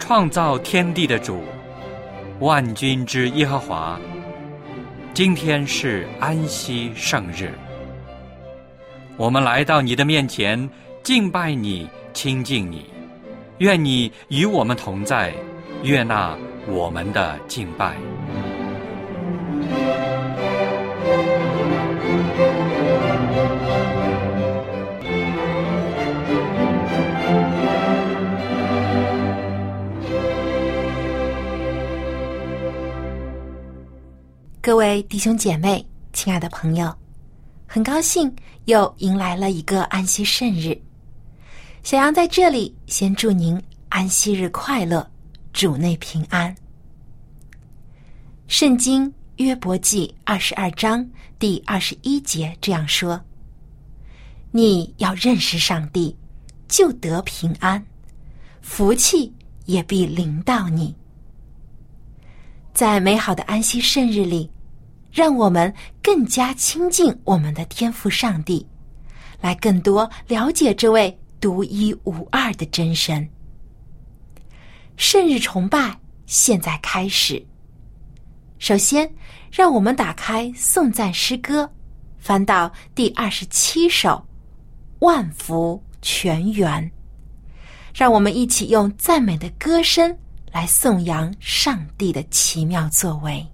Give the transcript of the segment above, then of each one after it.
创造天地的主，万军之耶和华，今天是安息圣日。我们来到你的面前，敬拜你，亲近你。愿你与我们同在，悦纳我们的敬拜。 各位弟兄姐妹，亲爱的朋友，很高兴又迎来了一个安息圣日。小杨在这里先祝您安息日快乐，主内平安。圣经约伯记22章第21节这样说：你要认识上帝，就得平安，福气也必临到你。在美好的安息圣日里，让我们更加亲近我们的天父上帝，来更多了解这位独一无二的真神。圣日崇拜现在开始。首先，让我们打开颂赞诗歌，翻到第27首，万福全圆。让我们一起用赞美的歌声来颂扬上帝的奇妙作为。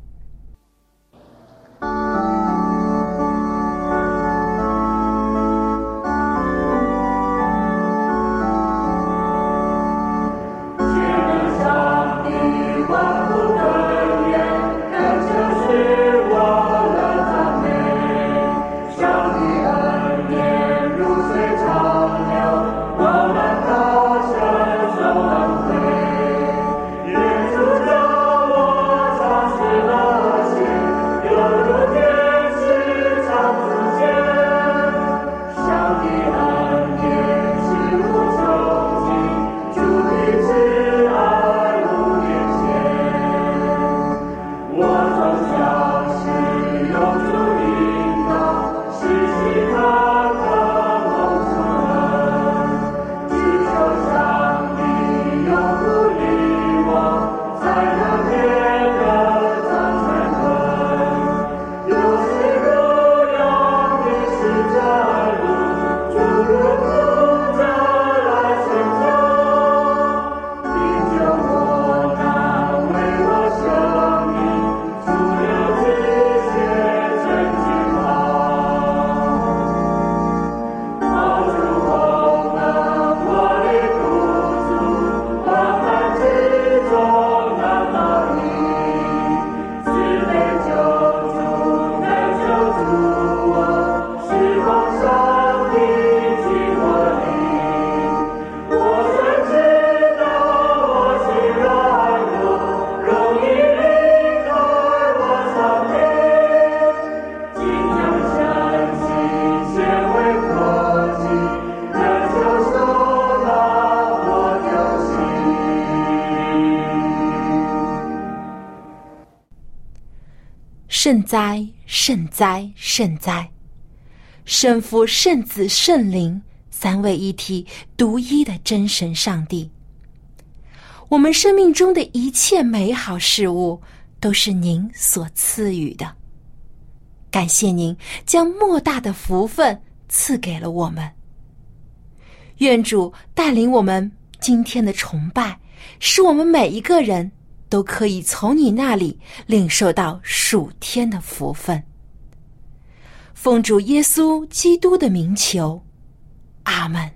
圣哉，圣哉，圣哉！圣父、圣子、圣灵，三位一体，独一的真神上帝。我们生命中的一切美好事物，都是您所赐予的。感谢您将莫大的福分赐给了我们。愿主带领我们今天的崇拜，使我们每一个人都可以从你那里领受到属天的福分。奉主耶稣基督的名求，阿们。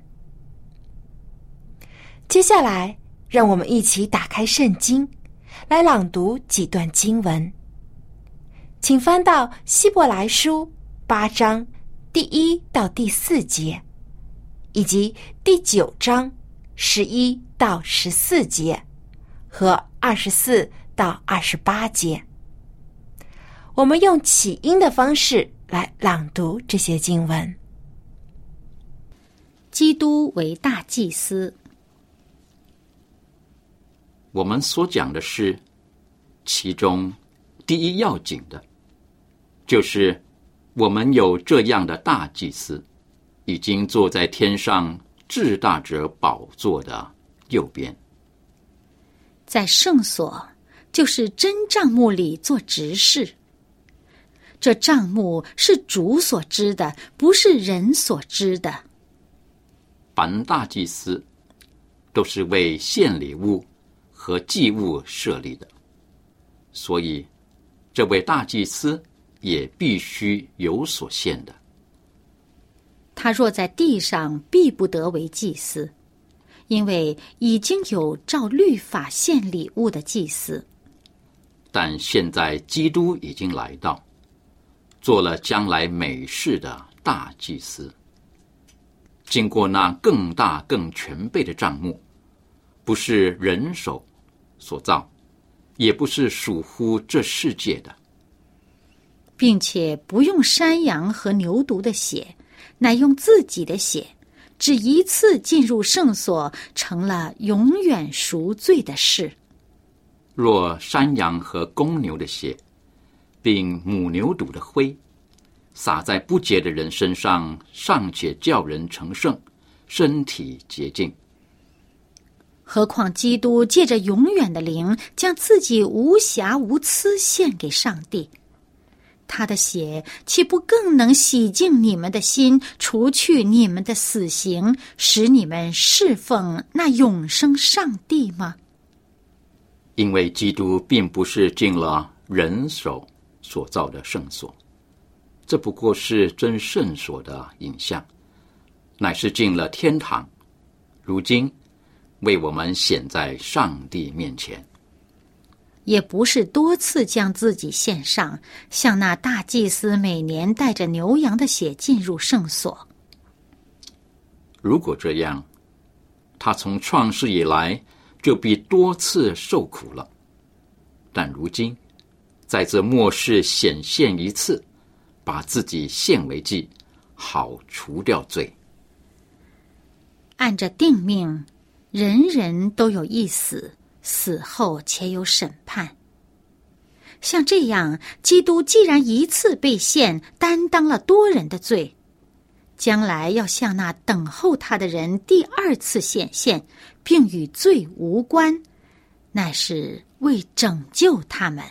接下来，让我们一起打开圣经，来朗读几段经文。请翻到希伯来书8章第1到第4节，以及第9章11到14节和24到28节。我们用起音的方式来朗读这些经文。 基督为大祭司。 我们所讲的是其中第一要紧的，就是我们有这样的大祭司，已经坐在天上至大者宝座的右边。 在圣所，就是真帐幕里做执事。这帐幕是主所知的，不是人所知的。 凡大祭司都是为献礼物和祭物设立的，所以这位大祭司也必须有所献的。 他若在地上，必不得为祭司，因为已经有照律法献礼物的祭司。 但现在基督已经来到，做了将来美事的大祭司，经过那更大更全备的帐幕，不是人手所造，也不是属乎这世界的， 并且不用山羊和牛犊的血，乃用自己的血，只一次进入圣所，成了永远赎罪的事。 若山羊和公牛的血，并母牛犊的灰，洒在不洁的人身上，尚且叫人成圣，身体洁净， 何况基督借着永远的灵，将自己无瑕无疵献给上帝，他的血岂不更能洗净你们的心，除去你们的死刑，使你们侍奉那永生上帝吗？ 因为基督并不是进了人手所造的圣所，这不过是真圣所的影像，乃是进了天堂，如今为我们显在上帝面前。 也不是多次将自己献上，像那大祭司每年带着牛羊的血进入圣所。 如果这样，他从创世以来就必多次受苦了，但如今在这末世显现一次，把自己献为祭，好除掉罪。 按着定命，人人都有一死，死后且有审判。像这样，基督既然一次被献，担当了多人的罪，将来要向那等候他的人第二次显现，并与罪无关，乃是为拯救他们。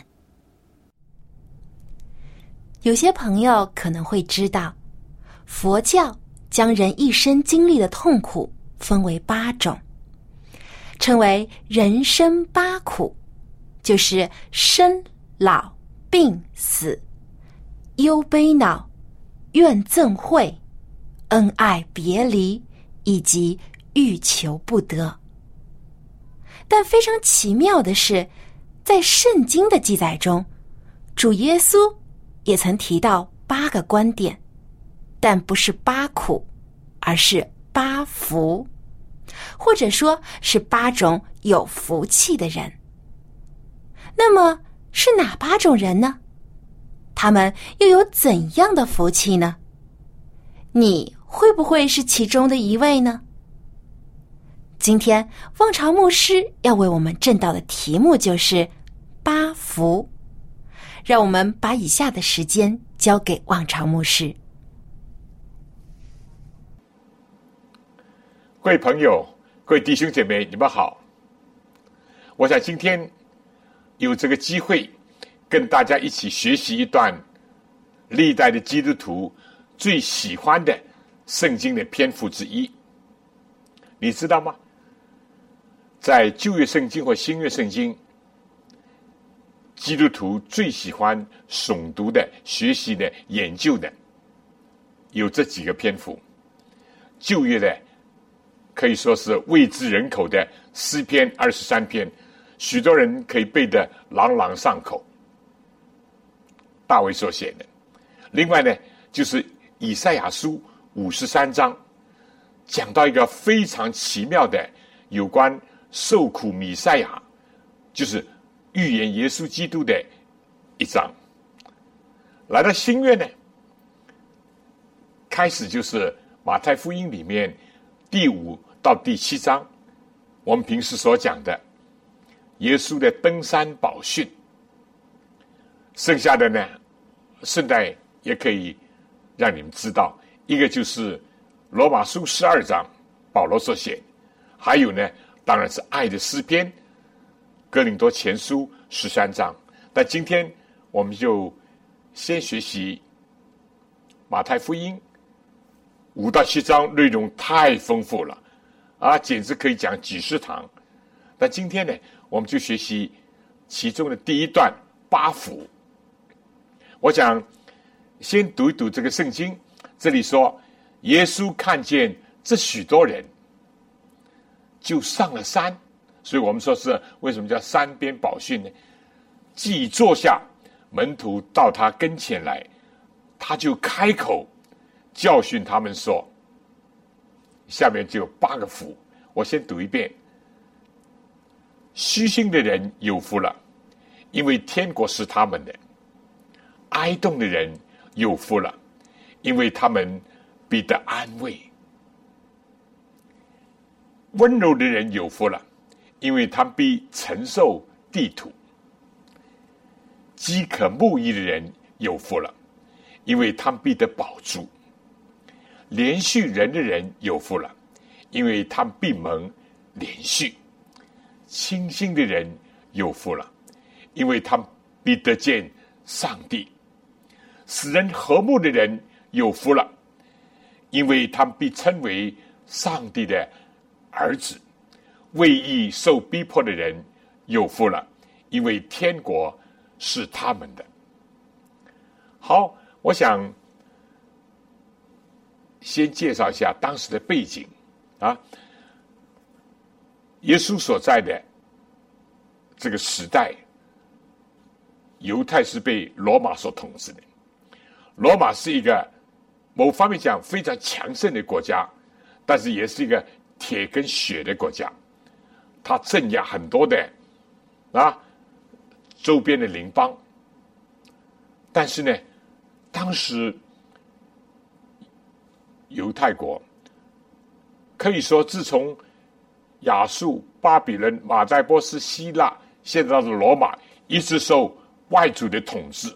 有些朋友可能会知道，佛教将人一生经历的痛苦分为8种，称为人生8苦，就是生、老、病、死、忧悲恼、怨憎会、恩爱别离，以及欲求不得。但非常奇妙的是，在圣经的记载中，主耶稣也曾提到8个观点，但不是8苦，而是8福，或者说是8种有福气的人。那么是哪8种人呢？他们又有怎样的福气呢？你会不会是其中的一位呢？今天望潮牧师要为我们证道的题目就是8福。让我们把以下的时间交给望潮牧师。 各位朋友，各位弟兄姐妹，你们好。我想今天有这个机会跟大家一起学习一段历代的基督徒最喜欢的圣经的篇幅之一。你知道吗？在旧约圣经或新约圣经，基督徒最喜欢诵读的、学习的、研究的有这几个篇幅。旧约的可以说是脍炙人口的诗篇23篇，许多人可以背得朗朗上口，大卫所写的。另外呢，就是以赛亚书53章，讲到一个非常奇妙的有关受苦弥赛亚，就是预言耶稣基督的一章。来到新约呢，开始就是马太福音里面第5到第7章，我们平时所讲的耶稣的登山宝训。剩下的呢，顺带也可以让你们知道，一个就是罗马书12章保罗所写，还有呢，当然是爱的诗篇哥林多前书13章。但今天我们就先学习马太福音5到7章，内容太丰富了啊，简直可以讲几十堂。但今天呢，我们就学习其中的第一段8福。我想先读一读这个圣经，这里说耶稣看见这许多人，就上了山。所以我们说是为什么叫山边宝训呢？既坐下，门徒到他跟前来，他就开口教训他们说，下面就有8个福，我先读一遍。虚心的人有福了，因为天国是他们的；哀痛的人有福了，因为他们必得安慰；温柔的人有福了，因为他们必承受地土；饥渴慕义的人有福了，因为他们必得饱足；连续人的人有福了，因为他们必蒙连续；清心的人有福了，因为他们必得见上帝；使人和睦的人有福了，因为他们必称为上帝的儿子；为义受逼迫的人有福了，因为天国是他们的。好，我想先介绍一下当时的背景啊。耶稣所在的这个时代，犹太是被罗马所统治的。罗马是一个某方面讲非常强盛的国家，但是也是一个铁跟血的国家。它镇压很多的周边的邻邦。但是呢，当时犹太国可以说自从亚述、巴比伦、马代波斯、希腊，现在到罗马，一直受外族的统治。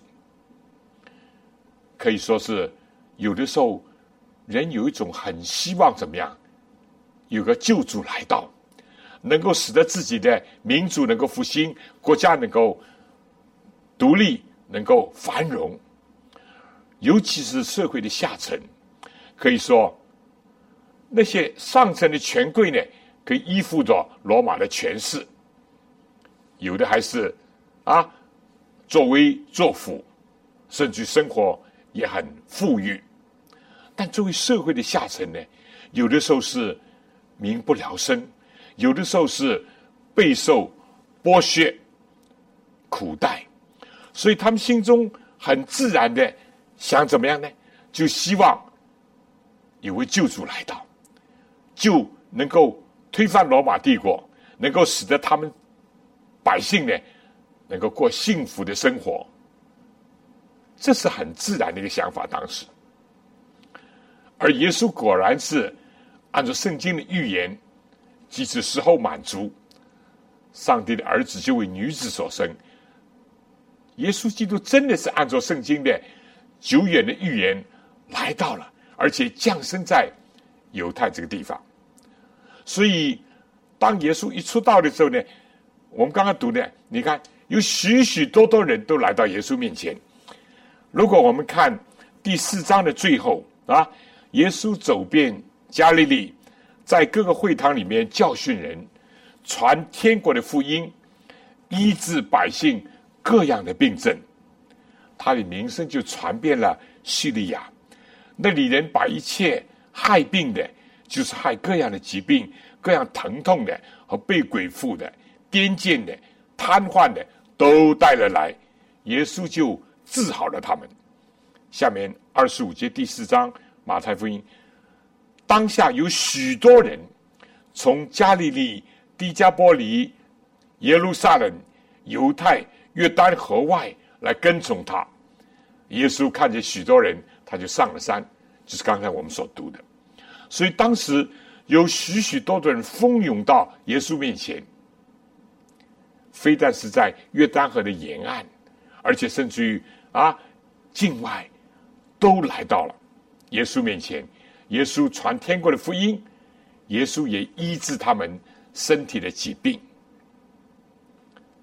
可以说是有的时候人有一种很希望怎么样，有个救主来到，能够使得自己的民族能够复兴，国家能够独立，能够繁荣。尤其是社会的下层，可以说那些上层的权贵呢，可以依附着罗马的权势，有的还是作威作福，甚至生活也很富裕。但作为社会的下层呢，有的时候是民不聊生，有的时候是备受剥削苦待，所以他们心中很自然的想怎么样呢？就希望有位救主来到，就能够推翻罗马帝国，能够使得他们百姓呢能够过幸福的生活。这是很自然的一个想法，当时。而耶稣果然是按照圣经的预言，即使时候满足，上帝的儿子就为女子所生。耶稣基督真的是按照圣经的久远的预言来到了，而且降生在犹太这个地方。所以当耶稣一出道的时候呢，我们刚刚读的，你看有许许多多人都来到耶稣面前。如果我们看第4章的最后耶稣走遍加利利，在各个会堂里面教训人，传天国的福音，医治百姓各样的病症，他的名声就传遍了叙利亚。那里人把一切害病的，就是害各样的疾病、各样疼痛的和被鬼附的、癫痫的、瘫痪的，都带了来，耶稣就治好了他们。下面25节第4章马太福音，当下有许多人从加利利、低加波利、耶路撒冷、犹太、约旦河外来跟从他。耶稣看见许多人，他就上了山，就是刚才我们所读的。所以当时有许许多多人蜂拥到耶稣面前，非但是在约旦河的沿岸，而且甚至于境外都来到了耶稣面前。耶稣传天国的福音，耶稣也医治他们身体的疾病。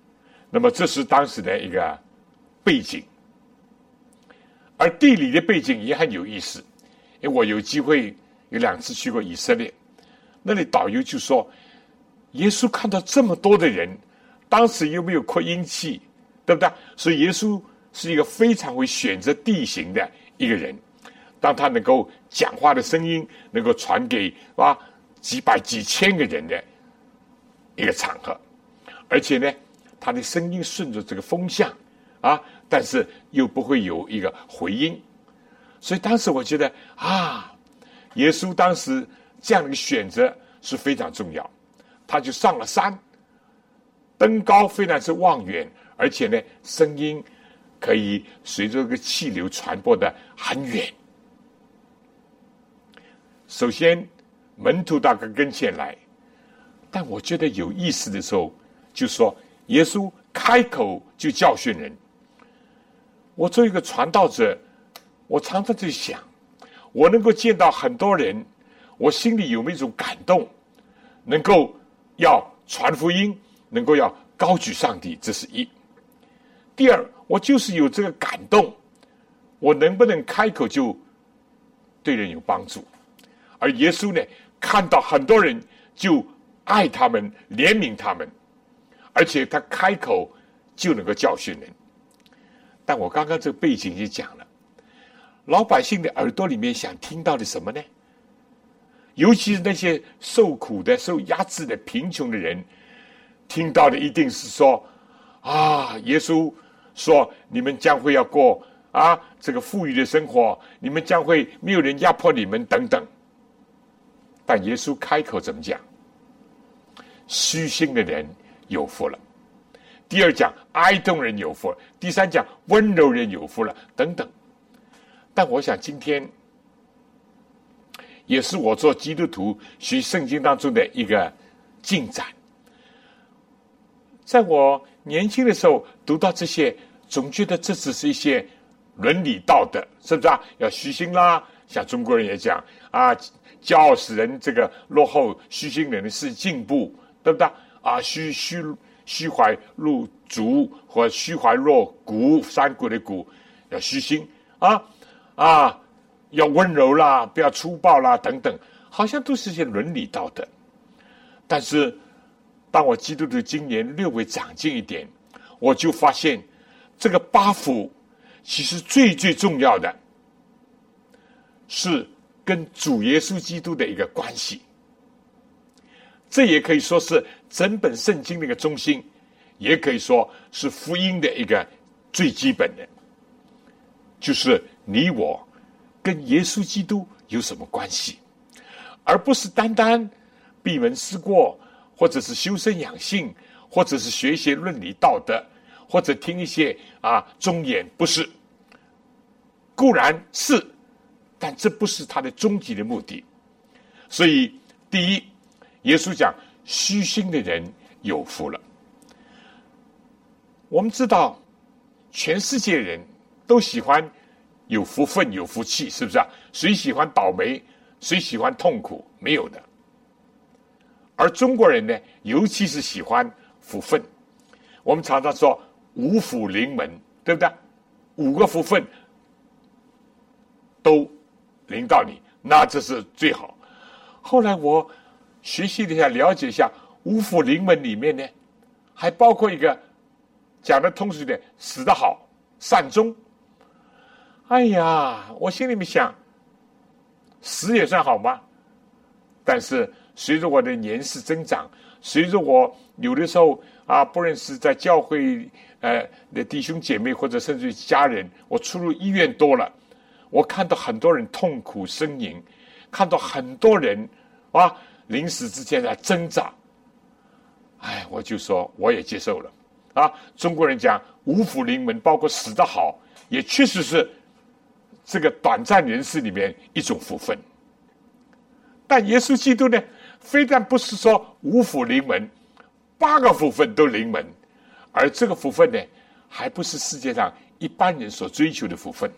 那么这是当时的一个背景，而地理的背景也很有意思。因为我有机会有2次去过以色列，那里导游就说，耶稣看到这么多的人，当时又没有扩音器，对不对？所以耶稣是一个非常会选择地形的一个人。当他能够讲话的声音能够传给几百几千个人的一个场合，而且呢，他的声音顺着这个风向但是又不会有一个回音。所以当时我觉得耶稣当时这样的一个选择是非常重要。他就上了山，登高非常之望远，而且呢，声音可以随着这个气流传播的很远。首先门徒到他跟前来，但我觉得有意思的时候，就说耶稣开口就教训人。我作为一个传道者，我常常在想，我能够见到很多人，我心里有没有一种感动，能够要传福音，能够要高举上帝，这是一。第二，我就是有这个感动，我能不能开口就对人有帮助？而耶稣呢，看到很多人就爱他们，怜悯他们，而且他开口就能够教训人。但我刚刚这个背景也讲了，老百姓的耳朵里面想听到的什么呢？尤其是那些受苦的、受压制的、贫穷的人，听到的一定是说耶稣说你们将会要过这个富裕的生活，你们将会没有人压迫你们等等。但耶稣开口怎么讲？虚心的人有福了。第二讲哀痛人有福了。第三讲温柔人有福了，等等。但我想今天也是我做基督徒学圣经当中的一个进展。在我年轻的时候读到这些，总觉得这只是一些伦理道德，是不是要虚心啦，像中国人也讲骄傲使人这个落后，虚心人是进步，对不对虚怀若竹或虚怀若谷，山谷的谷，要虚心要温柔啦，不要粗暴啦，等等，好像都是些伦理道德。但是当我基督徒今年略微长进一点，我就发现这个8福其实最重要的是跟主耶稣基督的一个关系。这也可以说是整本圣经的一个中心，也可以说是福音的一个最基本的，就是你我跟耶稣基督有什么关系，而不是单单闭门思过，或者是修身养性，或者是学一些伦理道德，或者听一些忠言，不是。固然是，但这不是他的终极的目的。所以第一，耶稣讲虚心的人有福了。我们知道全世界人都喜欢有福分有福气，是不是谁喜欢倒霉，谁喜欢痛苦？没有的。而中国人呢，尤其是喜欢福分。我们常常说五福临门，对不对？5个福分都临到你，那这是最好。后来我学习了一下，了解一下5福临门里面呢，还包括一个讲的通俗一点，死得好善终。哎呀，我心里面想，死也算好吗？但是随着我的年事增长，随着我有的时候不认识在教会的弟兄姐妹或者甚至于家人，我出入医院多了，我看到很多人痛苦呻吟，看到很多人临死之前在挣扎，我就说我也接受了中国人讲5福临门，包括死得好，也确实是这个短暂人世里面一种福分。但耶稣基督呢，非但不是说5福临门，8个福分都临门，而这个福分呢，还不是世界上一般人所追求的福分。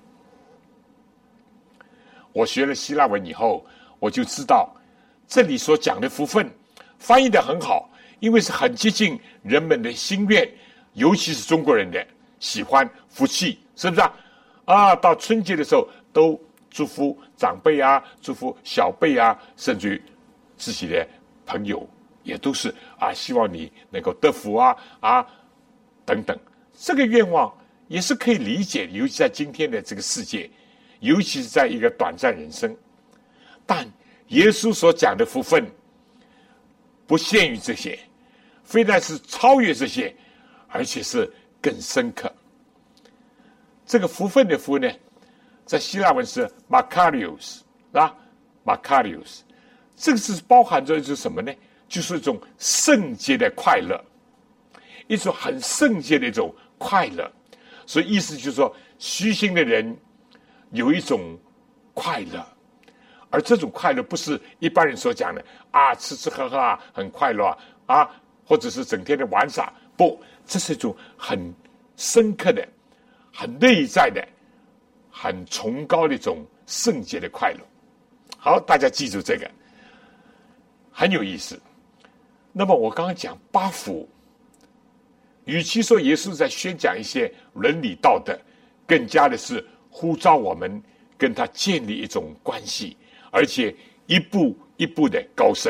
我学了希腊文以后，我就知道这里所讲的福分翻译得很好，因为是很接近人们的心愿， 尤其是中国人的喜欢福气，是不是啊？到春节的时候都祝福长辈啊，祝福小辈啊，甚至于自己的朋友也都是希望你能够得福啊等等。这个愿望也是可以理解，尤其在今天的这个世界，尤其是在一个短暂人生。但耶稣所讲的福分不限于这些，非但是超越这些，而且是更深刻。这个福分的福呢，在希腊文是 Makarios 啊 ，Makarios， 这个是包含着一种什么呢？就是一种圣洁的快乐，一种很圣洁的一种快乐。所以意思就是说，虚心的人有一种快乐，而这种快乐不是一般人所讲的吃吃喝喝很快乐或者是整天的玩耍。不，这是一种很深刻的、很内在的、很崇高的一种圣洁的快乐。好，大家记住这个，很有意思。那么我刚刚讲八福，与其说耶稣在宣讲一些伦理道德，更加的是呼召我们跟他建立一种关系，而且一步一步的高升。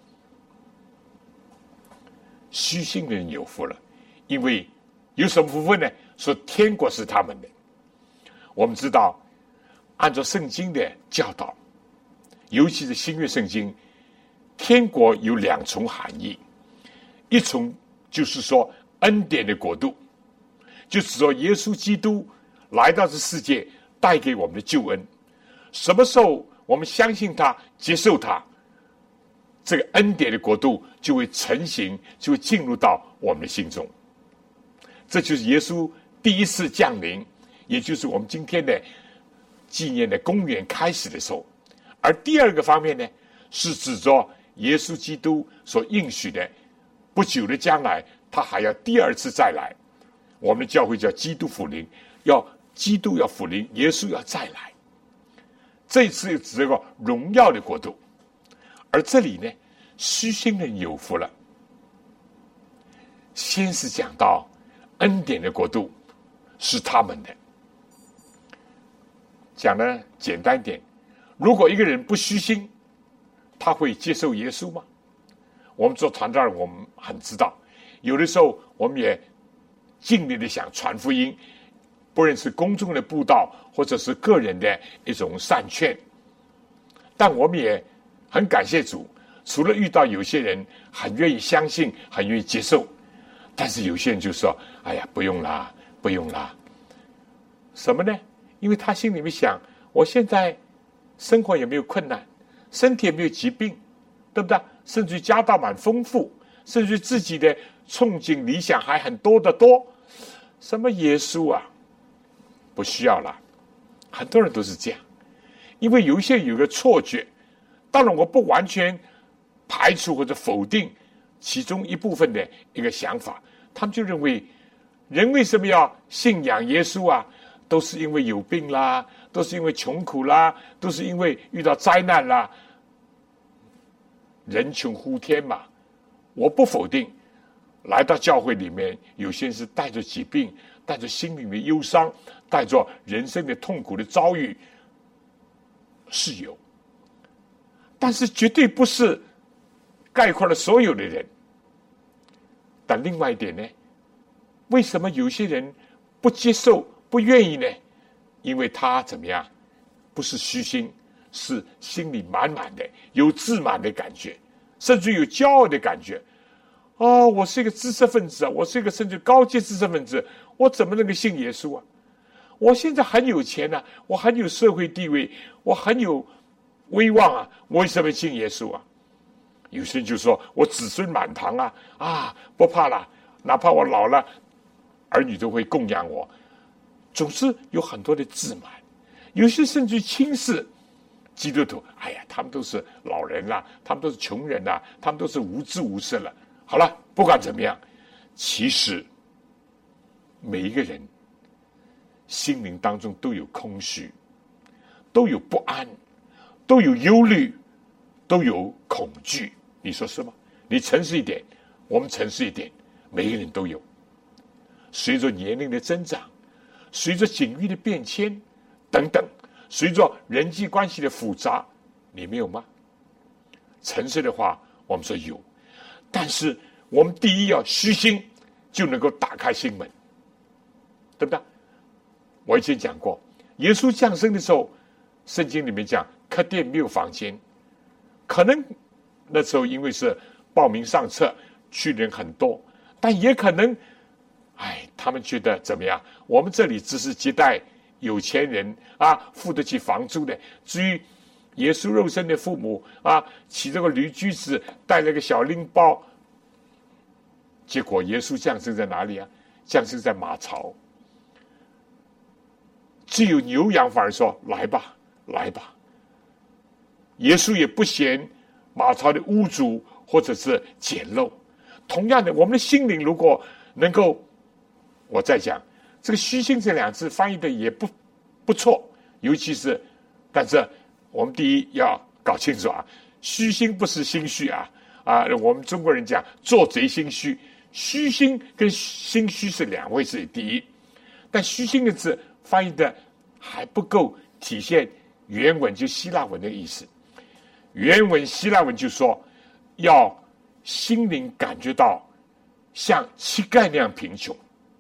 虚心的人有福了，因为有什么福分呢？说天国是他们的。我们知道，按照圣经的教导，尤其是新约圣经，天国有两重含义，一重就是说恩典的国度，就是说耶稣基督来到这世界带给我们的救恩。什么时候我们相信他、接受他，这个恩典的国度就会成型，就会进入到我们的心中。这就是耶稣第一次降临，也就是我们今天的纪念的公元开始的时候。而第二个方面呢，是指着耶稣基督所应许的不久的将来，他还要第二次再来。我们的教会叫基督复临，基督要复临，耶稣要再来。这一次指这个荣耀的国度。而这里呢，虚心人有福了。先是讲到恩典的国度是他们的，讲的简单点，如果一个人不虚心，他会接受耶稣吗？我们做传道人，我们很知道，有的时候我们也尽力的想传福音，不论是公众的布道，或者是个人的一种善劝，但我们也很感谢主，除了遇到有些人很愿意相信、很愿意接受，但是有些人就说：“哎呀，不用啦，不用啦。”什么呢？因为他心里面想，我现在生活也没有困难，身体也没有疾病，对不对？甚至家道蛮丰富，甚至自己的憧憬理想还很多得多。什么耶稣啊，不需要了。很多人都是这样，因为有一些有个错觉。当然，我不完全排除或者否定其中一部分的一个想法，他们就认为人为什么要信仰耶稣啊？都是因为有病啦，都是因为穷苦啦，都是因为遇到灾难啦。人穷呼天嘛，我不否定。来到教会里面，有些人是带着疾病，带着心灵的忧伤，带着人生的痛苦的遭遇，是有。但是绝对不是概括了所有的人。但另外一点呢，为什么有些人不接受、不愿意呢？因为他怎么样？不是虚心，是心里满满的，有自满的感觉，甚至有骄傲的感觉。我是一个知识分子啊，我是一个甚至高阶知识分子，我怎么能够信耶稣啊？我现在很有钱啊，我很有社会地位，我很有威望啊，我为什么信耶稣啊？有些人就说我子孙满堂啊，不怕啦，哪怕我老了，儿女都会供养我。总是有很多的自满，有些甚至轻视基督徒。哎呀，他们都是老人啦，他们都是穷人啦，他们都是无知无识了。好了，不管怎么样，其实每一个人心灵当中都有空虚，都有不安，都有忧虑，都有恐惧。你说是吗？你诚实一点，我们诚实一点，每一个人都有。 随着年龄的增长，随着境遇的变迁等等，随着人际关系的复杂，你没有吗？诚实的话，我们说有，但是我们第一要虚心，就能够打开心门，对不对？我以前讲过，耶稣降生的时候，圣经里面讲客店没有房间，可能那时候因为是报名上册，去人很多，但也可能，他们觉得怎么样？我们这里只是接待有钱人啊，付得起房租的。至于耶稣肉身的父母啊，骑着个驴驹子，带了个小拎包。结果耶稣降生在哪里啊？降生在马槽。只有牛羊反而说：“来吧，来吧。”耶稣也不嫌马槽的污浊或者是简陋。同样的，我们的心灵如果能够，我再讲这个虚心这两字翻译的也不错，尤其是，但是我们第一要搞清楚啊，虚心不是心虚啊，我们中国人讲做贼心虚，虚心跟心虚是两回事。第一，但虚心的字翻译的还不够体现原文，就希腊文的意思。原文希腊文就说要心灵感觉到像乞丐那样贫穷，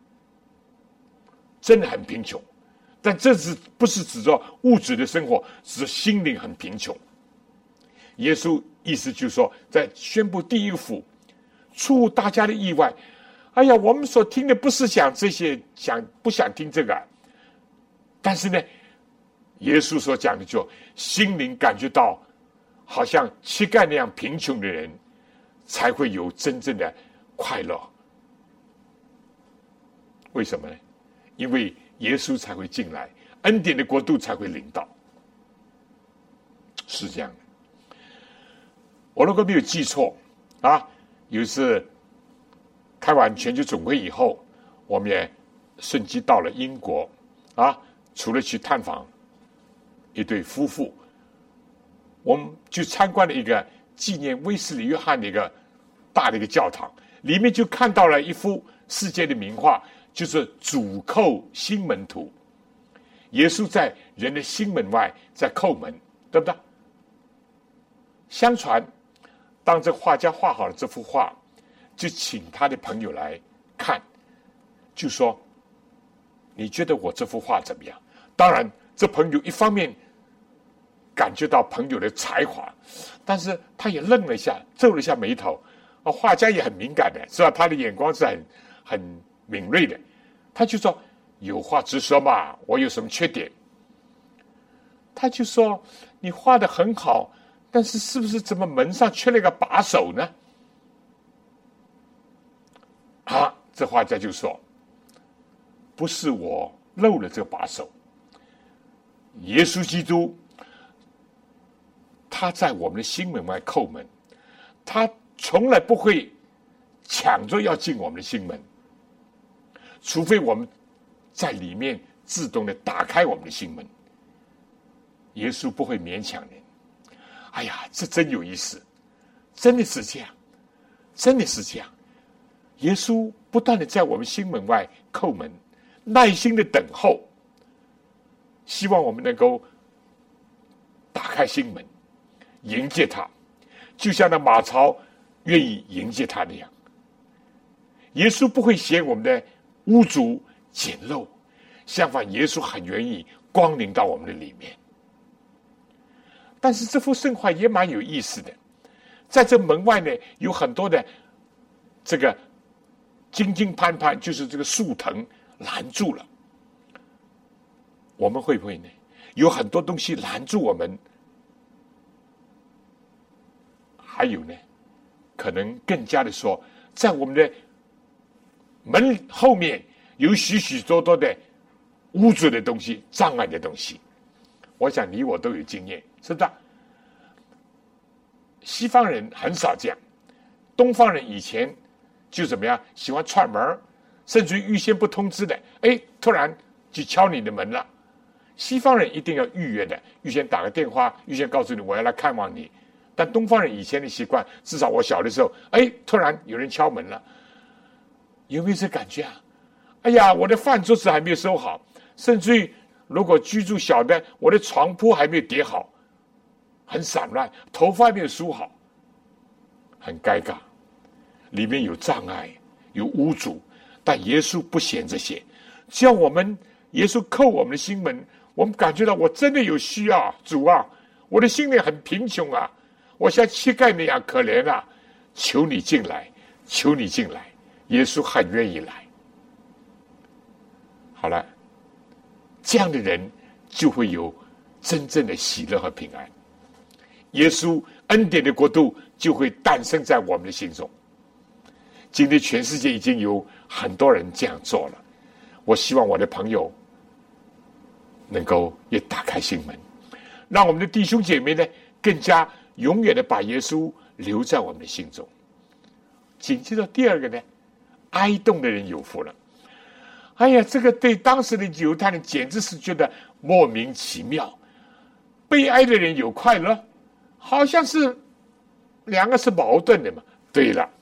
真的很贫穷。但这不是指着物质的生活，是心灵很贫穷。耶稣意思就是说，在宣布第一个福，出乎大家的意外。我们所听的不是讲这些，不想听这个。但是呢，耶稣所讲的就心灵感觉到好像乞丐那样贫穷的人，才会有真正的快乐。为什么呢？因为耶稣才会进来，恩典的国度才会临到，是这样的。我如果没有记错有一次开完全球总会以后，我们也顺机到了英国除了去探访一对夫妇，我们去参观了一个纪念威斯里约翰的一个大的一个教堂，里面就看到了一幅世界的名画，就是主叩心门图。耶稣在人的心门外在叩门，对不对？相传当这画家画好了这幅画，就请他的朋友来看，就说你觉得我这幅画怎么样？当然这朋友一方面感觉到朋友的才华，但是他也愣了一下，皱了一下眉头。画家也很敏感的，是吧？他的眼光是很敏锐的。他就说有话直说嘛，我有什么缺点？他就说你画得很好，但是是不是怎么门上缺了一个把手呢？这画家就说不是我漏了这个把手，耶稣基督他在我们的心门外叩门，他从来不会抢着要进我们的心门，除非我们在里面自动的打开我们的心门。耶稣不会勉强人。这真有意思，真的是这样，真的是这样。耶稣不断的在我们心门外叩门，耐心的等候，希望我们能够打开心门迎接他，就像那马槽愿意迎接他那样。耶稣不会嫌我们的污浊简陋，相反，耶稣很愿意光临到我们的里面。但是这幅圣画也蛮有意思的，在这门外呢，有很多的这个金金攀攀，就是这个树藤拦住了。我们会不会呢？有很多东西拦住我们。还有呢，可能更加的说，在我们的门后面有许许多多的污浊的东西、障碍的东西。我想你我都有经验，是吧？西方人很少这样，东方人以前就怎么样，喜欢串门，甚至于预先不通知的，突然就敲你的门了。西方人一定要预约的，预先打个电话，预先告诉你我要来看望你。但东方人以前的习惯，至少我小的时候，突然有人敲门了，有没有这感觉啊？ 哎呀，我的饭桌子还没有收好，甚至于如果居住小的，我的床铺还没有叠好，很散乱，头发还没有梳好，很尴尬，里面有障碍，有污阻。但耶稣不嫌这些，只要我们耶稣叩我们的心门，我们感觉到我真的有需要，主啊，我的心里很贫穷啊，我像乞丐那样可怜啊，求你进来，求你进来。耶稣很愿意来。好了，这样的人就会有真正的喜乐和平安，耶稣恩典的国度就会诞生在我们的心中。今天全世界已经有很多人这样做了，我希望我的朋友能够也打开心门，让我们的弟兄姐妹呢更加永远的把耶稣留在我们的心中。紧接着第二个呢，哀恸的人有福了。哎呀，这个对当时的犹太人简直是觉得莫名其妙。悲哀的人有快乐，好像是两个是矛盾的嘛。对了，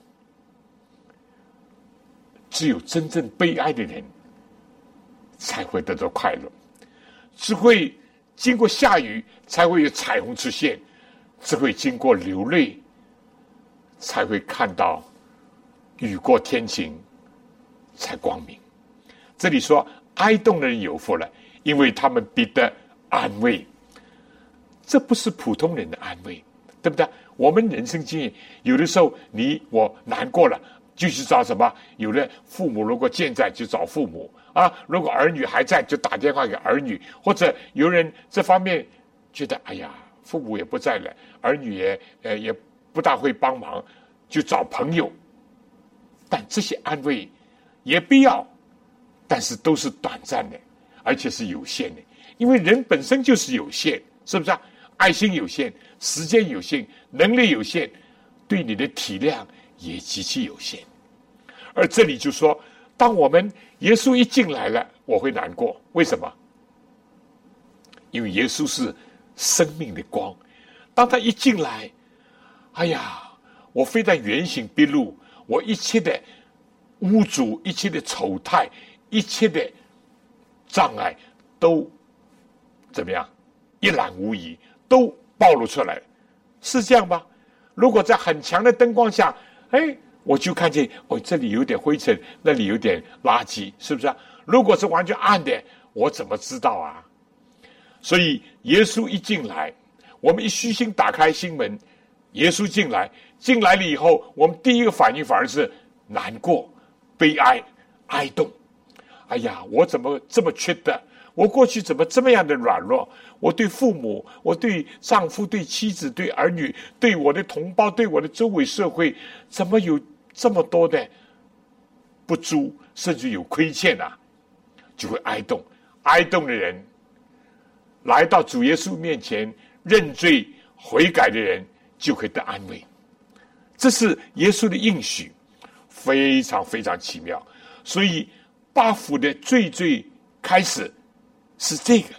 只有真正悲哀的人才会得到快乐，只会经过下雨才会有彩虹出现，只会经过流泪才会看到雨过天晴才光明。这里说哀恸的人有福了，因为他们必得安慰。这不是普通人的安慰，对不对？我们人生经验，有的时候你我难过了就去找什么，有的父母如果健在就找父母啊，如果儿女还在就打电话给儿女，或者有人这方面觉得哎呀父母也不在了，儿女也不大会帮忙，就找朋友。但这些安慰也必要，但是都是短暂的，而且是有限的，因为人本身就是有限，是不是啊？爱心有限，时间有限，能力有限，对你的体谅也极其有限。而这里就说，当我们耶稣一进来了，我会难过，为什么？因为耶稣是生命的光，当他一进来，哎呀，我非但原形毕露，我一切的污浊，一切的丑态，一切的障碍都怎么样？一览无遗，都暴露出来，是这样吧？如果在很强的灯光下，哎，我就看见哦，这里有点灰尘，那里有点垃圾，是不是啊？如果是完全暗的，我怎么知道啊？所以耶稣一进来，我们一虚心打开心门，耶稣进来了以后，我们第一个反应反而是难过、悲哀、哀恸。哎呀，我怎么这么缺德？我过去怎么这么样的软弱？我对父母，我对丈夫，对妻子，对儿女，对我的同胞，对我的周围社会，怎么有这么多的不足，甚至有亏欠啊？就会哀恸。哀恸的人来到主耶稣面前认罪悔改的人，就可以得安慰。这是耶稣的应许，非常非常奇妙。所以八福的最开始是这个，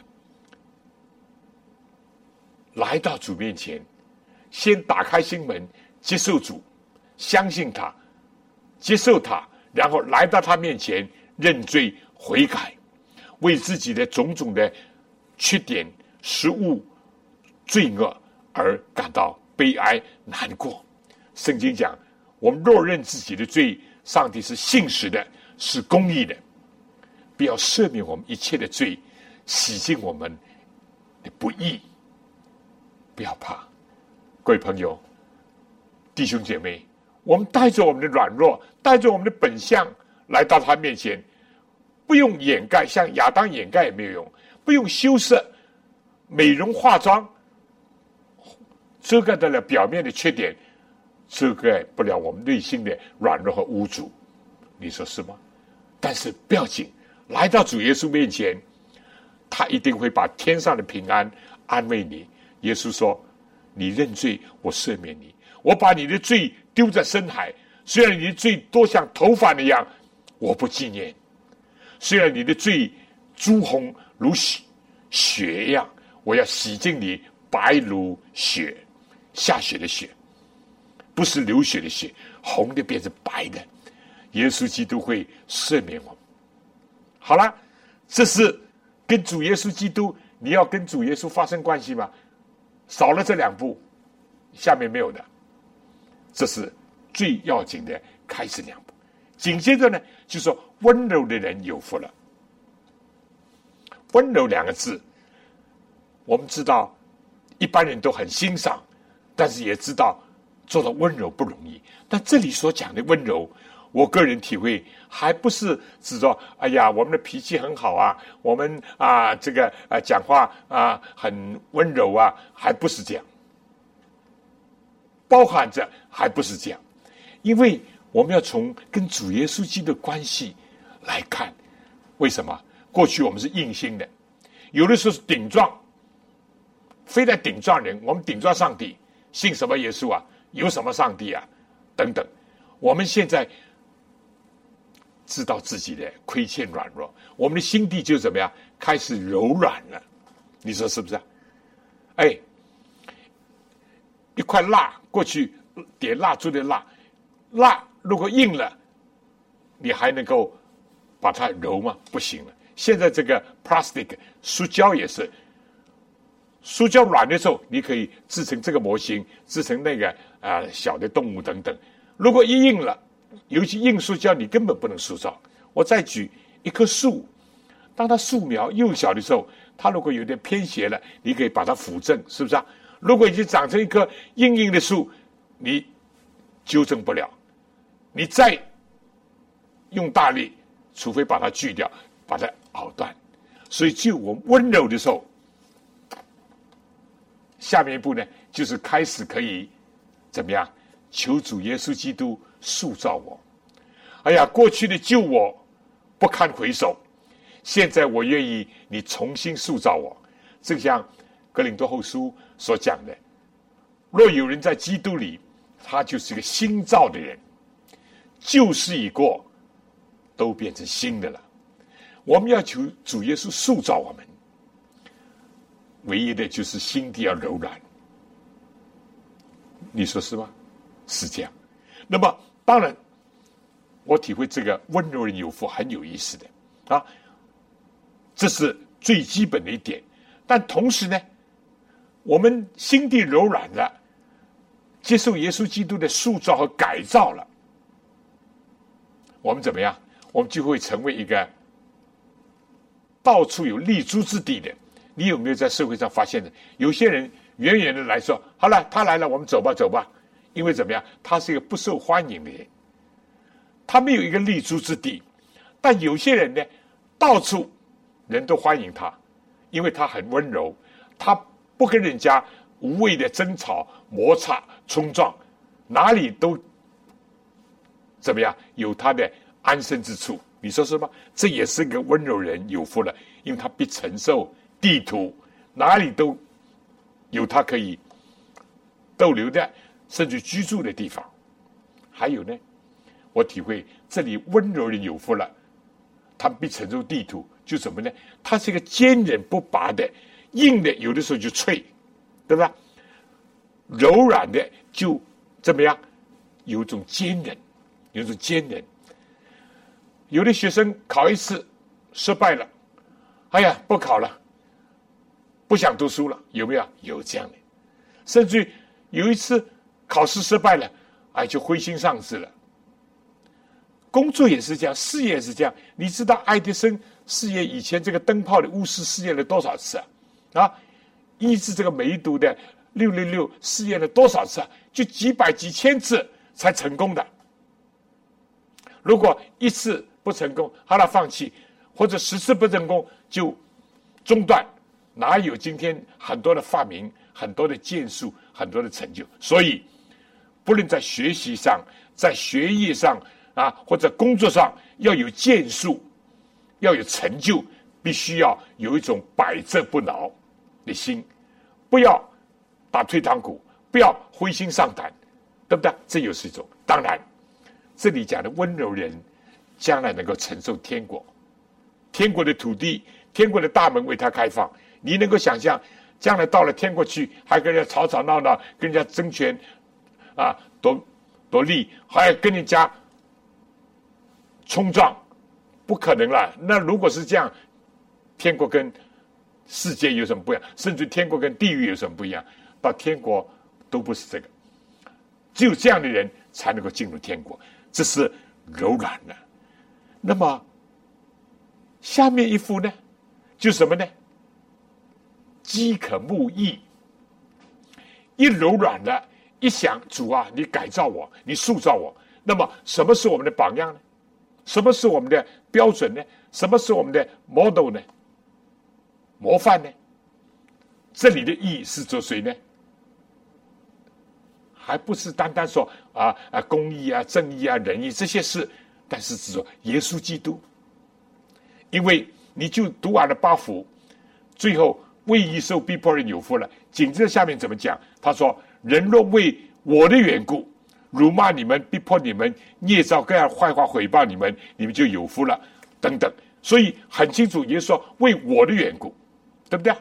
来到主面前，先打开心门，接受主，相信他，接受他，然后来到他面前认罪悔改，为自己的种种的缺点、失误、罪恶而感到悲哀难过。圣经讲，我们若认自己的罪，上帝是信实的，是公义的，必要赦免我们一切的罪，洗净我们的不义。不要怕，各位朋友、弟兄姐妹，我们带着我们的软弱，带着我们的本相来到他面前，不用掩盖，像亚当掩盖也没有用，不用修饰、美容化妆，遮盖得了表面的缺点，遮盖不了我们内心的软弱和污浊。你说是吗？但是不要紧，来到主耶稣面前，他一定会把天上的平安安慰你。耶稣说，你认罪，我赦免你，我把你的罪丢在深海，虽然你的罪多像头发那样，我不纪念，虽然你的罪朱红如血一样，我要洗净你白如雪，下雪的雪，不是流血的血，红的变成白的。耶稣基督会赦免我们。 好了，这是跟主耶稣基督，你要跟主耶稣发生关系吗？少了这2步，下面没有的。这是最要紧的开始2步。紧接着呢，就说温柔的人有福了。温柔2个字，我们知道一般人都很欣赏，但是也知道做到温柔不容易。但这里所讲的温柔，我个人体会还不是指说，哎呀，我们的脾气很好啊，我们这个讲话很温柔啊，还不是这样，包含着还不是这样，因为我们要从跟主耶稣基督的关系来看。为什么？过去我们是硬心的，有的时候是顶撞，非得顶撞人，我们顶撞上帝，信什么耶稣啊，有什么上帝啊等等。我们现在知道自己的亏欠软弱，我们的心地就怎么样，开始柔软了。你说是不是？一块蜡，过去点蜡烛的蜡如果硬了，你还能够把它揉吗？不行了。现在这个 plastic 塑胶也是，塑胶软的时候，你可以制成这个模型，制成那个小的动物等等。如果一硬了，尤其硬塑胶，你根本不能塑造。我再举一棵树，当它树苗幼小的时候，它如果有点偏斜了，你可以把它扶正，是不是啊？如果已经长成一棵硬的树，你纠正不了，你再用大力，除非把它锯掉，把它拗断。所以只有我温柔的时候，下面一步呢，就是开始可以怎么样？求主耶稣基督塑造我。哎呀，过去的救我不堪回首，现在我愿意你重新塑造我。正像哥林多后书所讲的，若有人在基督里，他就是一个新造的人，旧事已过，都变成新的了。我们要求主耶稣塑造我们，唯一的就是心地要柔软。你说是吗？是这样。那么当然我体会这个温柔人有福很有意思的这是最基本的一点。但同时呢，我们心地柔软了，接受耶稣基督的塑造和改造了，我们怎么样？我们就会成为一个到处有立足之地的。你有没有在社会上发现的？有些人远远的来说，好了，他来了，我们走吧走吧。因为怎么样？他是一个不受欢迎的人，他没有一个立足之地。但有些人呢，到处人都欢迎他，因为他很温柔，他不跟人家无谓的争吵、摩擦、冲撞，哪里都怎么样？有他的安身之处。你说是吗？这也是个温柔人有福了，因为他必承受地土，哪里都有他可以逗留的，甚至居住的地方。还有呢，我体会这里温柔人有福了，他必承受地土，就什么呢？他是一个坚韧不拔的，硬的有的时候就脆，对吧？柔软的就怎么样？有种坚韧，有种坚韧。有的学生考一次失败了，哎呀，不考了，不想读书了，有没有？有这样的。甚至有一次考试失败了，就灰心丧志了。工作也是这样，事业也是这样。你知道爱迪生事业以前这个灯泡的钨丝试验了多少次医治这个梅毒的666试验了多少次就几百几千次才成功的。如果一次不成功，好了，放弃，或者10次不成功就中断，哪有今天很多的发明、很多的建树、很多的成就？所以，不论在学习上、在学业上或者工作上，要有建树，要有成就，必须要有一种百折不挠的心，不要打退堂鼓，不要灰心丧胆，对不对？这又是一种。当然，这里讲的温柔人，将来能够承受天国，天国的土地，天国的大门为他开放。你能够想象，将来到了天国去，还跟人家吵吵闹闹，跟人家争权夺利，还要跟人家冲撞， 不可能了。那如果是这样，天国跟世界有什么不一样？甚至天国跟地狱有什么不一样？到天国都不是这个，只有这样的人才能够进入天国，这是柔软的。那么下面一幅呢，就是什么呢？饥渴慕义。一柔软了，一想主啊，你改造我，你塑造我，那么什么是我们的榜样呢？什么是我们的标准呢？什么是我们的 model 呢？模范呢？这里的义是指谁呢？还不是单单说公义啊、正义啊、仁义这些事，但是指说耶稣基督。因为你就读完了8福，最后为义受逼迫人有福了。紧接着下面怎么讲？他说：“人若为我的缘故，辱骂你们、逼迫你们、捏造各样坏话毁谤你们，你们就有福了。”等等。所以很清楚，耶稣说：“为我的缘故，对不对？”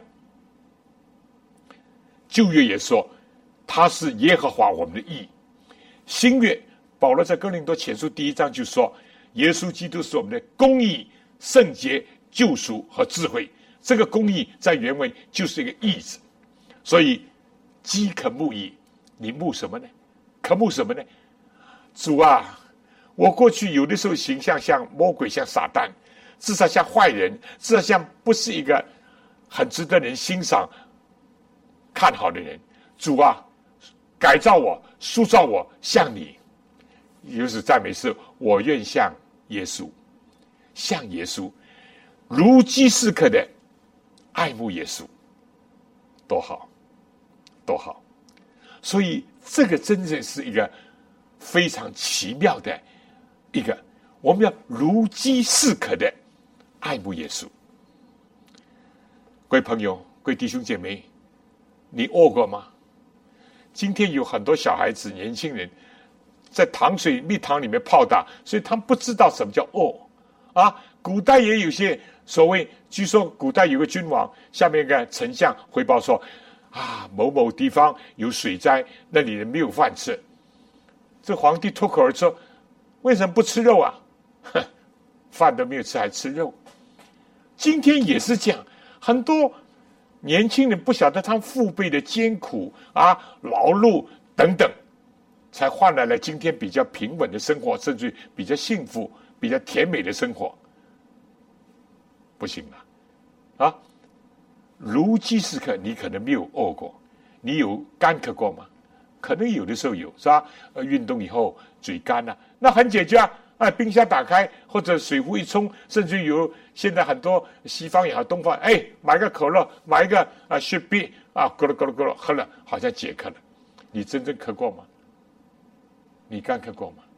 旧约也说，他是耶和华我们的义。新约保罗在哥林多前书1章就说，耶稣基督是我们的公义、圣洁、救赎和智慧。这个公义在原文就是一个义字。所以饥渴慕义，你慕什么呢？渴慕什么呢？主啊，我过去有的时候形象像魔鬼，像撒旦，至少像坏人，至少像不是一个很值得人欣赏看好的人。主啊，改造我，塑造我像你。有时赞美是我愿像耶稣，像耶稣，如饥似渴的爱慕耶稣，多好多好。所以这个真正是一个非常奇妙的一个，我们要如饥似渴的爱慕耶稣。各位朋友，各位弟兄姐妹，你饿过吗？今天有很多小孩子、年轻人在糖水、蜜糖里面泡大，所以他们不知道什么叫饿啊。古代也有些所谓，据说古代有个君王，下面一个丞相回报说某某地方有水灾，那里人没有饭吃。这皇帝脱口而出：“为什么不吃肉啊？”饭都没有吃还吃肉。今天也是这样，很多年轻人不晓得他们父辈的艰苦劳碌等等，才换来了今天比较平稳的生活，甚至比较幸福、比较甜美的生活。不行了如饥似渴，你可能没有饿过，你有干渴过吗？可能有的时候有，是吧？运动以后嘴干了，那很解决冰箱打开或者水壶一冲，甚至有现在很多西方也好，东方买个可乐，买一个雪碧咕噜咕噜咕噜喝了，好像解渴了。你真正渴过吗？你干渴过吗？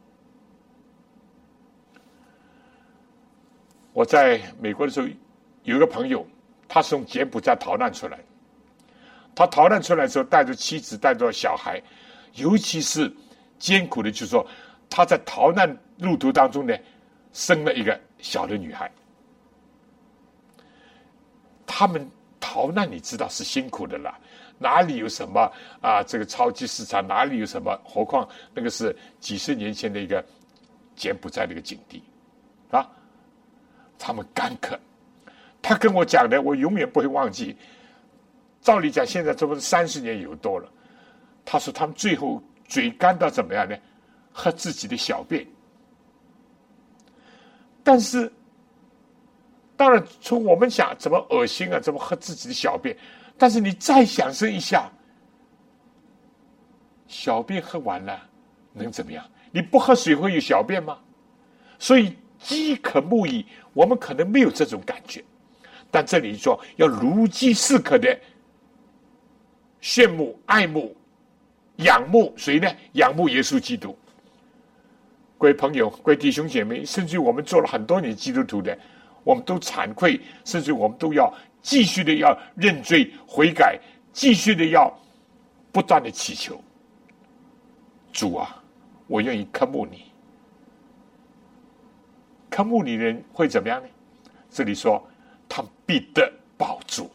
我在美国的时候有一个朋友，他是从柬埔寨逃难出来。他逃难出来的时候，带着妻子，带着小孩，尤其是艰苦的，就是说他在逃难路途当中呢，生了一个小的女孩。他们逃难，你知道是辛苦的啦，哪里有什么这个超级市场，哪里有什么？何况那个是几十年前的一个柬埔寨的一个境地他们干渴。他跟我讲的，我永远不会忘记。照理讲，现在这不是30年有多了。他说他们最后嘴干到怎么样呢？喝自己的小便。但是，当然从我们想怎么恶心怎么喝自己的小便？但是你再想象一下，小便喝完了能怎么样？你不喝水会有小便吗？所以饥渴慕义，我们可能没有这种感觉，但这里说要如饥似渴的羡慕、爱慕、仰慕谁呢？仰慕耶稣基督。各位朋友、各位弟兄姐妹，甚至我们做了很多年基督徒的，我们都惭愧，甚至我们都要继续的要认罪悔改，继续的要不断的祈求。主啊，我愿意渴慕你。渴慕你的人会怎么样呢？这里说他必得饱足。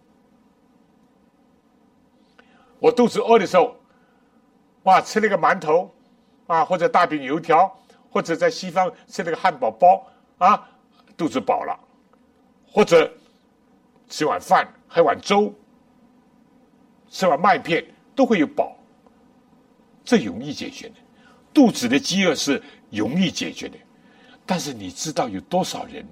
我肚子饿的时候，吃了个馒头或者大饼油条，或者在西方吃了个汉堡包肚子饱了，或者吃碗饭喝碗粥，吃碗麦片都会有饱，这容易解决的。肚子的饥饿是容易解决的，但是你知道有多少人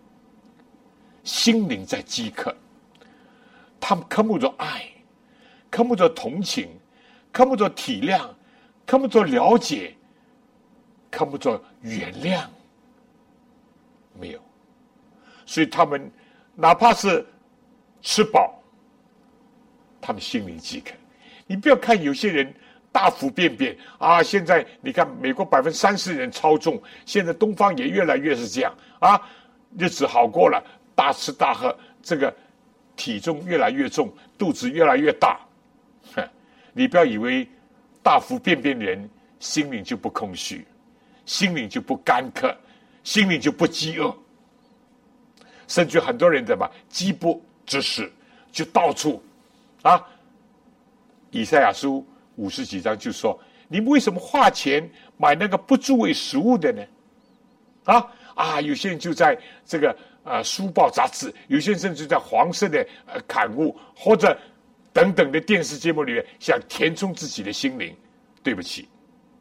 心灵在饥渴，他们渴慕着爱，渴慕着同情，渴慕着体谅，渴慕着了解，渴慕着原谅，没有。所以他们哪怕是吃饱，他们心灵饥渴。你不要看有些人大幅变啊！现在你看美国30%人超重，现在东方也越来越是这样啊，日子好过了，大吃大喝，这个体重越来越重，肚子越来越大。你不要以为大幅变的人心灵就不空虚，心灵就不干渴，心灵就不饥饿。甚至很多人怎么饥不择食，就到处啊。以赛亚书50几章就说：你们为什么花钱买那个不足为食物的呢？有些人就在这个书报杂志，有些人甚至在黄色的刊物或者等等的电视节目里面想填充自己的心灵。对不起，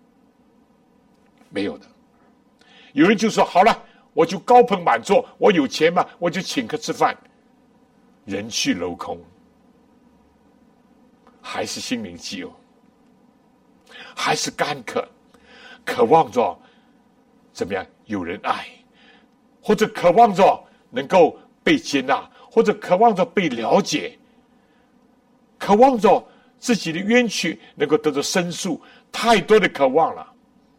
没有的。有人就说好了，我就高朋满座，我有钱嘛，我就请客吃饭，人去楼空，还是心灵饥饿，还是干渴，渴望着怎么样有人爱，或者渴望着能够被接纳，或者渴望着被了解，渴望着自己的冤屈能够得到申诉，太多的渴望了。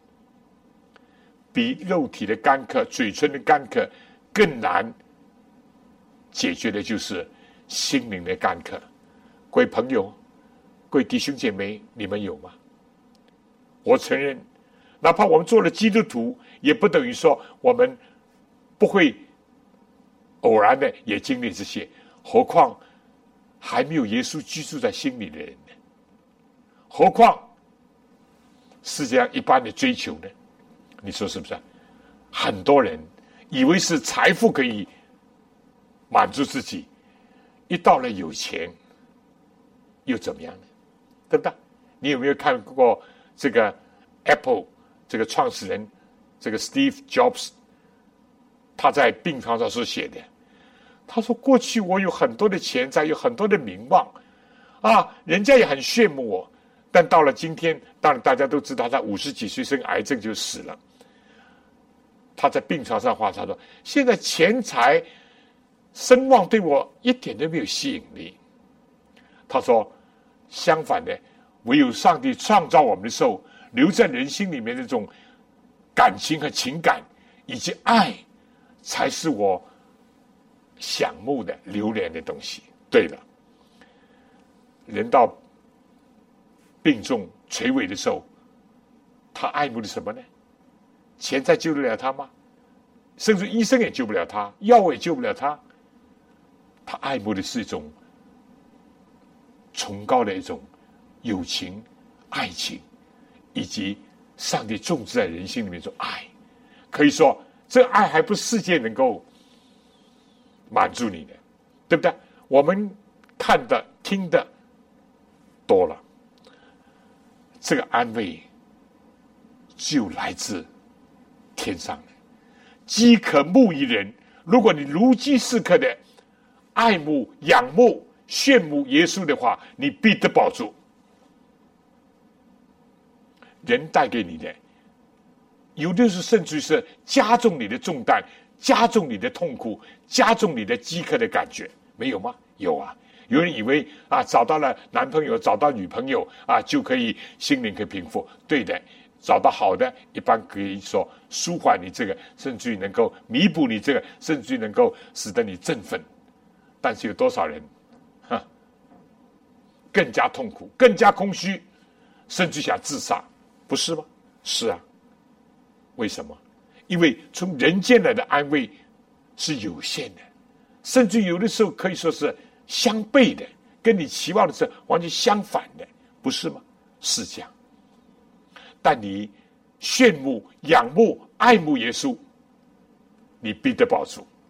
比肉体的干渴、嘴唇的干渴更难解决的就是心灵的干渴。各位朋友，各位弟兄姐妹，你们有吗？我承认，哪怕我们做了基督徒，也不等于说我们不会偶然的也经历这些，何况还没有耶稣居住在心里的人呢？何况世界上一般的追求呢？你说是不是？很多人以为是财富可以满足自己，一到了有钱又怎么样呢？对不对？你有没有看过这个 Apple 这个创始人这个 Steve Jobs 他在病床上所写的？他说过去我有很多的钱财，有很多的名望人家也很羡慕我，但到了今天，当然大家都知道他50几岁生癌症就死了。他在病床上话，他说现在钱财声望对我一点都没有吸引力。他说相反的，唯有上帝创造我们的时候，留在人心里面的这种感情和情感以及爱，才是我想慕的留恋的东西。对了，人到病重垂危的时候，他爱慕的什么呢？钱财救得了他吗？甚至医生也救不了他，药物也救不了他。他爱慕的是一种崇高的一种友情、爱情，以及上帝种植在人心里面一种爱。可以说，这爱还不是世界能够满足你的，对不对？我们看的、听的多了，这个安慰只有来自天上的。饥渴慕义人，如果你如饥似渴的爱慕、仰慕、羡慕耶稣的话，你必得饱足。人带给你的，有的是甚至是加重你的重担，加重你的痛苦，加重你的饥渴的感觉，没有吗？有啊。有人以为找到了男朋友，找到女朋友就可以心灵可以平复。对的，找到好的，一般可以说舒缓你这个，甚至于能够弥补你这个，甚至于能够使得你振奋。但是有多少人更加痛苦，更加空虚，甚至想自杀，不是吗？是啊。为什么？因为从人间来的安慰是有限的，甚至有的时候可以说是相悖的，跟你期望的是完全相反的，不是吗？是这样。但你羡慕、仰慕、爱慕耶稣，你必得饱足。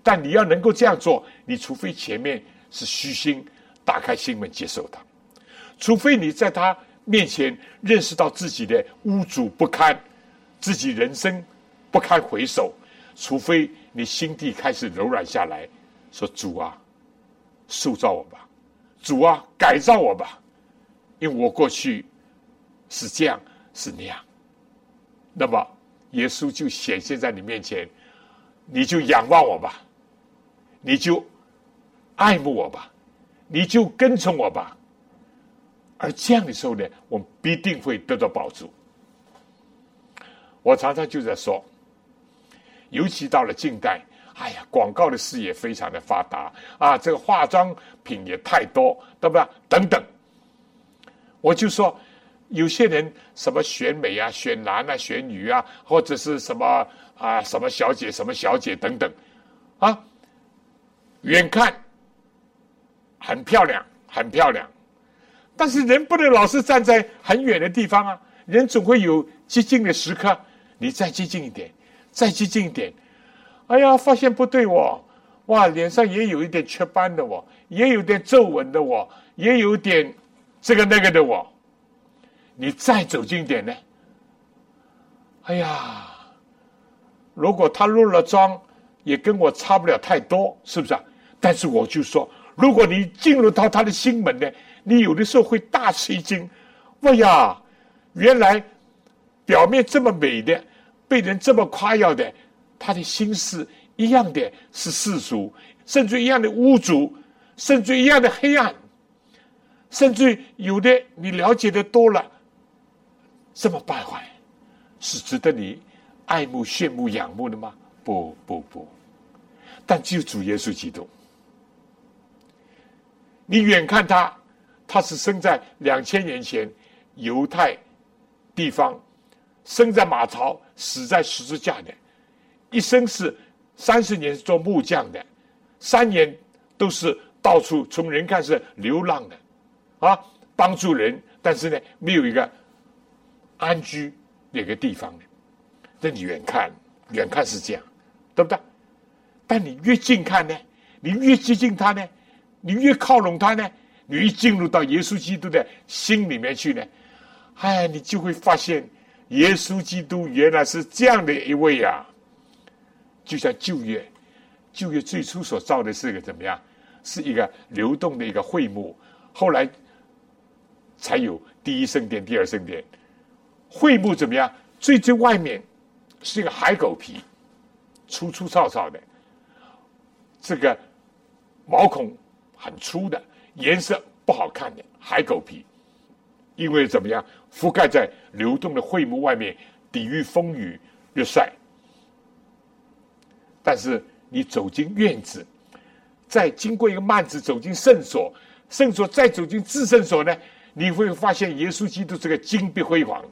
但你要能够这样做，你除非前面是虚心打开心门接受他，除非你在他面前认识到自己的污浊不堪，自己人生不堪回首，除非你心地开始柔软下来，说主啊，塑造我吧，主啊，改造我吧，因为我过去是这样是那样，那么耶稣就显现在你面前，你就仰望我吧，你就爱慕我吧，你就跟从我吧。而这样的时候呢，我们必定会得到帮助。我常常就在说，尤其到了近代，哎呀，广告的事业非常的发达啊，这个化妆品也太多，对吧？等等，我就说，有些人什么选美啊、选男啊、选女啊，或者是什么啊、什么小姐、什么小姐等等，啊，远看很漂亮，很漂亮，但是人不能老是站在很远的地方啊，人总会有接近的时刻，你再接近一点，再接近一点，哎呀，发现不对哦，哇，脸上也有一点雀斑的哦，也有点皱纹的哦，也有点这个那个的哦。你再走近一点呢，哎呀，如果他落了妆，也跟我差不了太多，是不是啊？但是我就说，如果你进入到他的心门呢，你有的时候会大吃一惊，哎呀，原来表面这么美的，被人这么夸耀的，他的心思一样的是世俗，甚至一样的污浊，甚至一样的黑暗，甚至有的你了解的多了，这么败坏，是值得你爱慕、羡慕、仰慕的吗？不不不，但只有主耶稣基督。你远看他，他是生在2000年前犹太地方，生在马槽，死在十字架的，一生是30年做木匠的，3年都是到处从人看是流浪的，啊，帮助人，但是呢，没有一个安居那个地方的。那你远看是这样，对不对？但你越近看呢，你越接近他呢，你越靠拢他呢，你一进入到耶稣基督的心里面去呢，哎，你就会发现耶稣基督原来是这样的一位啊。就像旧约最初所造的是一个怎么样？是一个流动的一个会幕，后来才有第一圣殿、第二圣殿。会幕怎么样？最外面是一个海狗皮，粗粗糙糙的，这个毛孔很粗的，颜色不好看的海狗皮，因为怎么样？覆盖在流动的会幕外面，抵御风雨日晒。但是你走进院子，再经过一个幔子走进圣所，圣所再走进至圣所呢，你会发现耶稣基督这个金碧辉煌。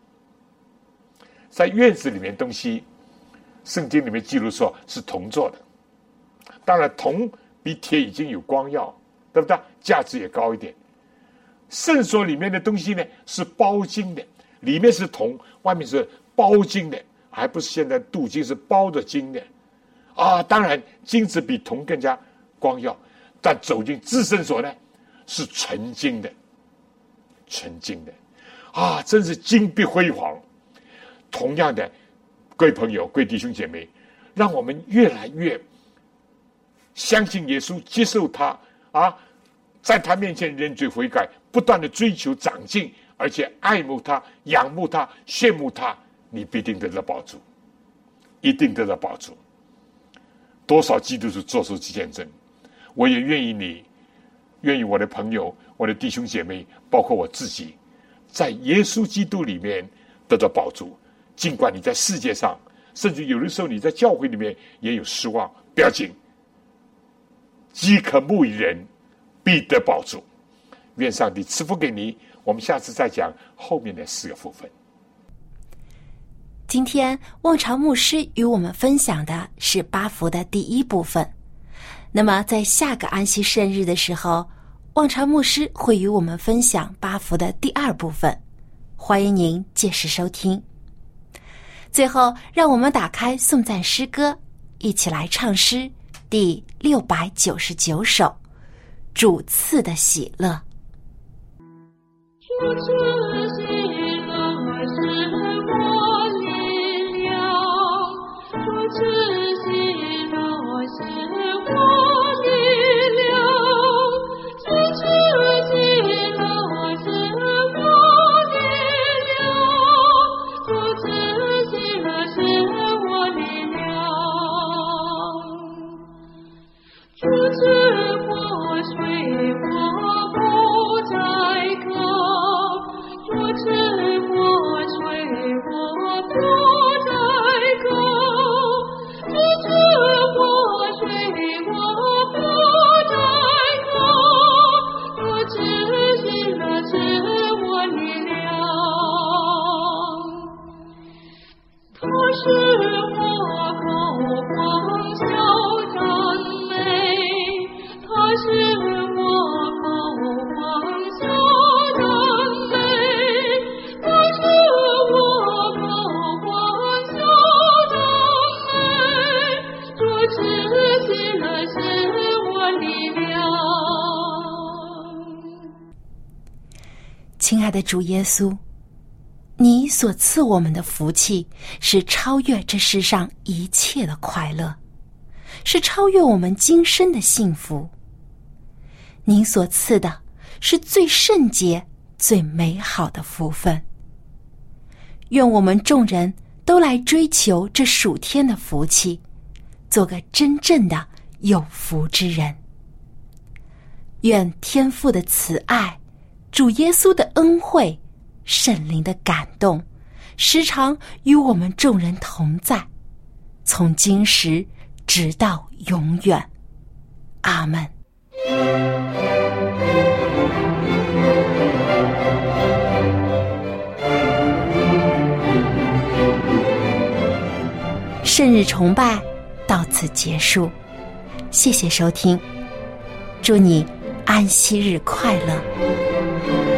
在院子里面东西，圣经里面记录说是铜做的，当然铜比铁已经有光耀，对不对？价值也高一点。圣所里面的东西呢是包金的，里面是铜，外面是包金的，还不是现在镀金，是包着金的啊。当然金子比铜更加光耀，但走进至圣所呢是纯金的，纯金的啊，真是金碧辉煌。同样的，各位朋友、各位弟兄姐妹，让我们越来越相信耶稣，接受他啊，在他面前认罪悔改，不断的追求长进，而且爱慕他、仰慕他、羡慕他，你必定得到帮助，一定得到帮助。多少基督徒做出见证，我也愿意你，愿意我的朋友、我的弟兄姐妹，包括我自己，在耶稣基督里面得到帮助。尽管你在世界上，甚至有的时候你在教会里面也有失望，不要紧，饥渴慕义人必得帮助。愿上帝赐福给你。我们下次再讲后面的4个部分。 今天望潮牧师与我们分享的是8福的第1部分。那么在下个安息圣日的时候，望潮牧师会与我们分享8福的第2部分。欢迎您届时收听。最后，让我们打开颂赞诗歌，一起来唱诗第699首，主赐的喜乐。 主赐喜乐是我力量，主赐喜乐是我力量，主赐喜乐是我力量，主赐喜乐是我力量，主赐活水我不再渴，主赐活水我不再渴，主赐活水我不再渴，主赐喜乐是我力量，他是我口狂笑赞美，他是我口狂笑赞美，他是我口狂笑赞美，主赐喜乐是我力量。 亲爱的主耶稣，你所赐我们的福气是超越这世上一切的快乐，是超越我们今生的幸福。你所赐的是最圣洁、最美好的福分。愿我们众人都来追求这属天的福气，做个真正的有福之人。愿天父的慈爱、主耶稣的恩惠、圣灵的感动，时常与我们众人同在，从今时直到永远。阿们。圣日崇拜到此结束，谢谢收听，祝你安息日快乐。